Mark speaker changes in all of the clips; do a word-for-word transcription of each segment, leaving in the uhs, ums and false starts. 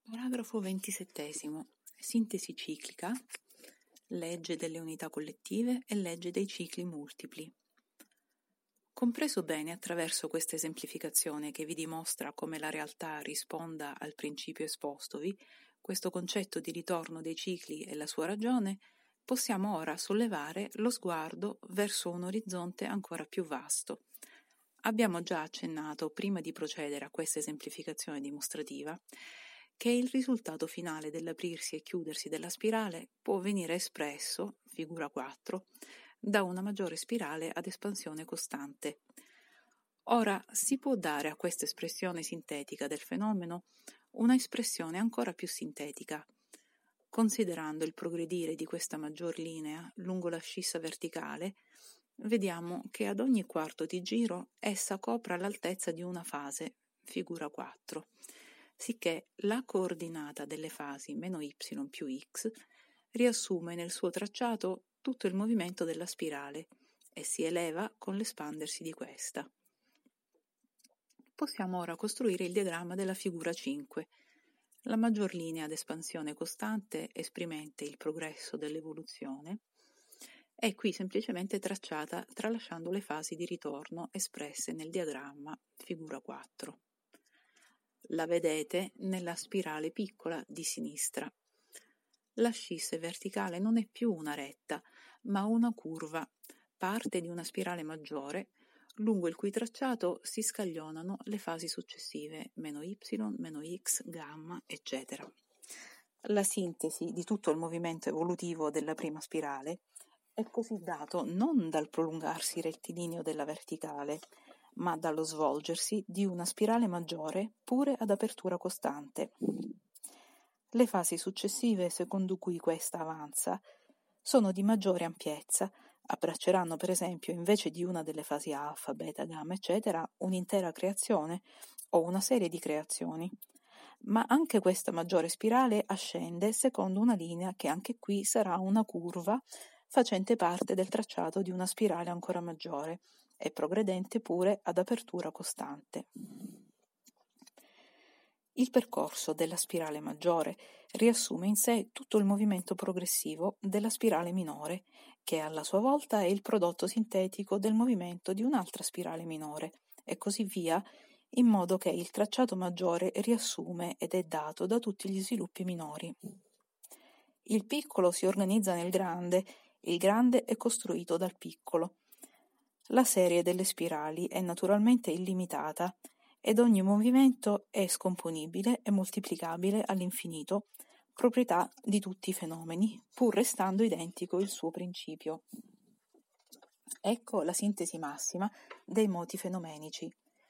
Speaker 1: Paragrafo ventisettesimo. Sintesi ciclica, legge delle unità collettive e legge dei cicli multipli. Compreso bene attraverso questa esemplificazione che vi dimostra come la realtà risponda al principio espostovi, questo concetto di ritorno dei cicli e la sua ragione, possiamo ora sollevare lo sguardo verso un orizzonte ancora più vasto. Abbiamo già accennato, prima di procedere a questa esemplificazione dimostrativa, che il risultato finale dell'aprirsi e chiudersi della spirale può venire espresso, figura quattro, da una maggiore spirale ad espansione costante. Ora si può dare a questa espressione sintetica del fenomeno una espressione ancora più sintetica. Considerando il progredire di questa maggior linea lungo la scissa verticale, vediamo che ad ogni quarto di giro essa copra l'altezza di una fase, figura quattro, sicché la coordinata delle fasi meno y più x riassume nel suo tracciato tutto il movimento della spirale e si eleva con l'espandersi di questa. Possiamo ora costruire il diagramma della figura cinque. La maggior linea ad espansione costante esprimente il progresso dell'evoluzione è qui semplicemente tracciata tralasciando le fasi di ritorno espresse nel diagramma figura quattro. La vedete nella spirale piccola di sinistra. La scissa verticale non è più una retta, ma una curva, parte di una spirale maggiore, lungo il cui tracciato si scaglionano le fasi successive, meno y, meno x, gamma, eccetera. La sintesi di tutto il movimento evolutivo della prima spirale è così dato non dal prolungarsi rettilineo della verticale, ma dallo svolgersi di una spirale maggiore pure ad apertura costante. Le fasi successive secondo cui questa avanza sono di maggiore ampiezza, abbracceranno per esempio invece di una delle fasi alfa, beta, gamma, eccetera, un'intera creazione o una serie di creazioni. Ma anche questa maggiore spirale ascende secondo una linea che anche qui sarà una curva facente parte del tracciato di una spirale ancora maggiore e progredente pure ad apertura costante. Il percorso della spirale maggiore riassume in sé tutto il movimento progressivo della spirale minore, che alla sua volta è il prodotto sintetico del movimento di un'altra spirale minore, e così via, in modo che il tracciato maggiore riassume ed è dato da tutti gli sviluppi minori. Il piccolo si organizza nel grande, il grande è costruito dal piccolo. La serie delle spirali è naturalmente illimitata, ed ogni movimento è scomponibile e moltiplicabile all'infinito, proprietà di tutti i fenomeni, pur restando identico il suo principio. Ecco la sintesi massima dei moti fenomenici.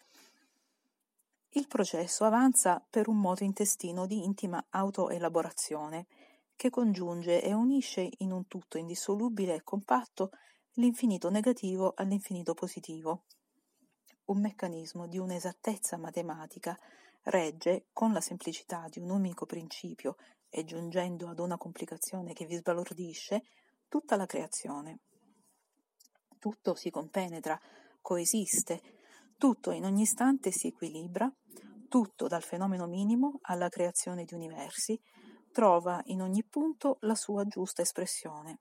Speaker 1: Il processo avanza per un moto intestino di intima autoelaborazione, che congiunge e unisce in un tutto indissolubile e compatto l'infinito negativo all'infinito positivo. Un meccanismo di un'esattezza matematica regge, con la semplicità di un unico principio e giungendo ad una complicazione che vi sbalordisce, tutta la creazione. Tutto si compenetra, coesiste, tutto in ogni istante si equilibra, tutto dal fenomeno minimo alla creazione di universi trova in ogni punto la sua giusta espressione.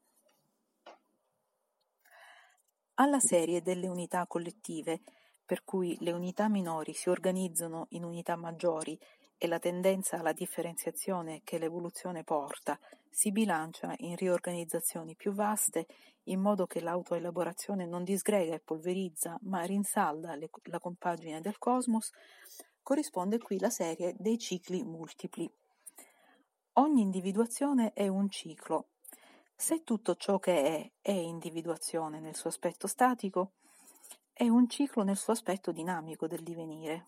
Speaker 1: Alla serie delle unità collettive, per cui le unità minori si organizzano in unità maggiori e la tendenza alla differenziazione che l'evoluzione porta si bilancia in riorganizzazioni più vaste, in modo che l'autoelaborazione non disgrega e polverizza, ma rinsalda le, la compagine del cosmos, corrisponde qui la serie dei cicli multipli. Ogni individuazione è un ciclo. Se tutto ciò che è è individuazione nel suo aspetto statico, è un ciclo nel suo aspetto dinamico del divenire.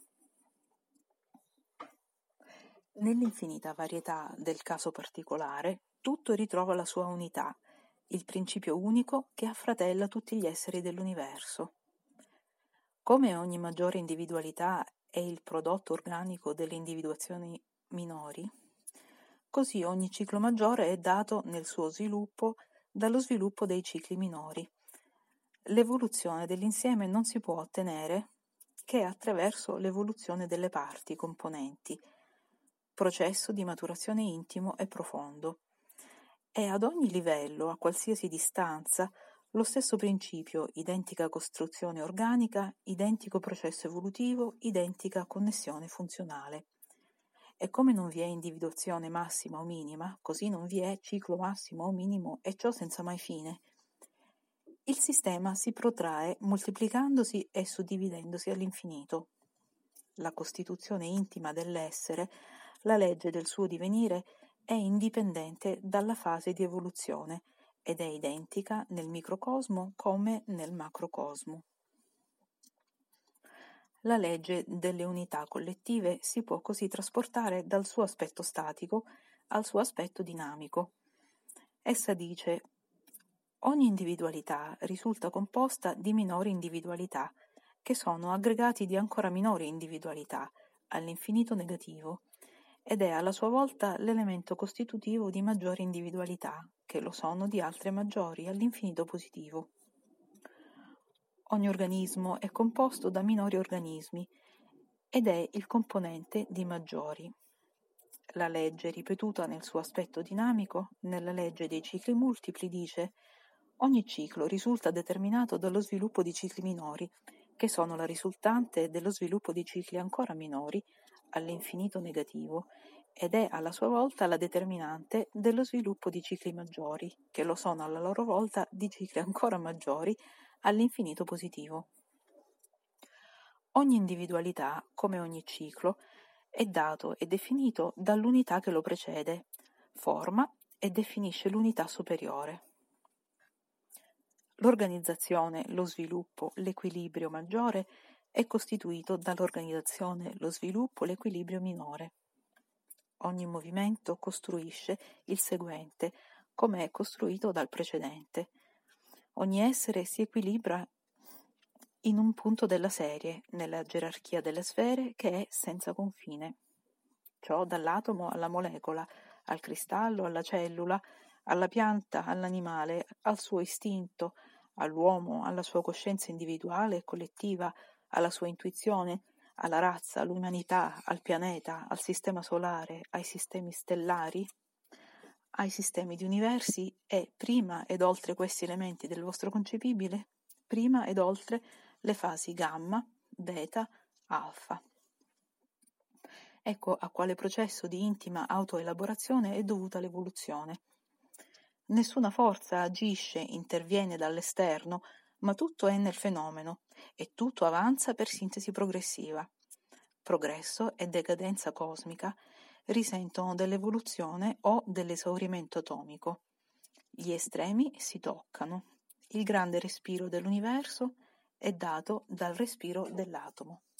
Speaker 1: Nell'infinita varietà del caso particolare, tutto ritrova la sua unità, il principio unico che affratella tutti gli esseri dell'universo. Come ogni maggiore individualità è il prodotto organico delle individuazioni minori, così ogni ciclo maggiore è dato nel suo sviluppo dallo sviluppo dei cicli minori. L'evoluzione dell'insieme non si può ottenere che attraverso l'evoluzione delle parti componenti. processo di maturazione intimo e profondo. È ad ogni livello, a qualsiasi distanza, lo stesso principio, identica costruzione organica, identico processo evolutivo, identica connessione funzionale. E come non vi è individuazione massima o minima, così non vi è ciclo massimo o minimo, e ciò senza mai fine. Il sistema si protrae moltiplicandosi e suddividendosi all'infinito. La costituzione intima dell'essere, la legge del suo divenire, è indipendente dalla fase di evoluzione ed è identica nel microcosmo come nel macrocosmo. La legge delle unità collettive si può così trasportare dal suo aspetto statico al suo aspetto dinamico. Essa dice: ogni individualità risulta composta di minori individualità, che sono aggregati di ancora minori individualità, all'infinito negativo, ed è alla sua volta l'elemento costitutivo di maggiori individualità, che lo sono di altre maggiori, all'infinito positivo. Ogni organismo è composto da minori organismi ed è il componente di maggiori. La legge ripetuta nel suo aspetto dinamico, nella legge dei cicli multipli, dice: ogni ciclo risulta determinato dallo sviluppo di cicli minori, che sono la risultante dello sviluppo di cicli ancora minori, all'infinito negativo, ed è alla sua volta la determinante dello sviluppo di cicli maggiori, che lo sono alla loro volta di cicli ancora maggiori, all'infinito positivo. Ogni individualità, come ogni ciclo, è dato e definito dall'unità che lo precede, forma e definisce l'unità superiore. L'organizzazione, lo sviluppo, l'equilibrio maggiore è costituito dall'organizzazione, lo sviluppo, l'equilibrio minore. Ogni movimento costruisce il seguente, come è costruito dal precedente. Ogni essere si equilibra in un punto della serie, nella gerarchia delle sfere che è senza confine. Ciò dall'atomo alla molecola, al cristallo, alla cellula, alla pianta, all'animale, al suo istinto, all'uomo, alla sua coscienza individuale e collettiva, alla sua intuizione, alla razza, all'umanità, al pianeta, al sistema solare, ai sistemi stellari, ai sistemi di universi e, prima ed oltre questi elementi del vostro concepibile, prima ed oltre le fasi gamma, beta, alfa. Ecco a quale processo di intima autoelaborazione è dovuta l'evoluzione. Nessuna forza agisce, interviene dall'esterno, ma tutto è nel fenomeno e tutto avanza per sintesi progressiva. Progresso e decadenza cosmica risentono dell'evoluzione o dell'esaurimento atomico. Gli estremi si toccano. Il grande respiro dell'universo è dato dal respiro dell'atomo.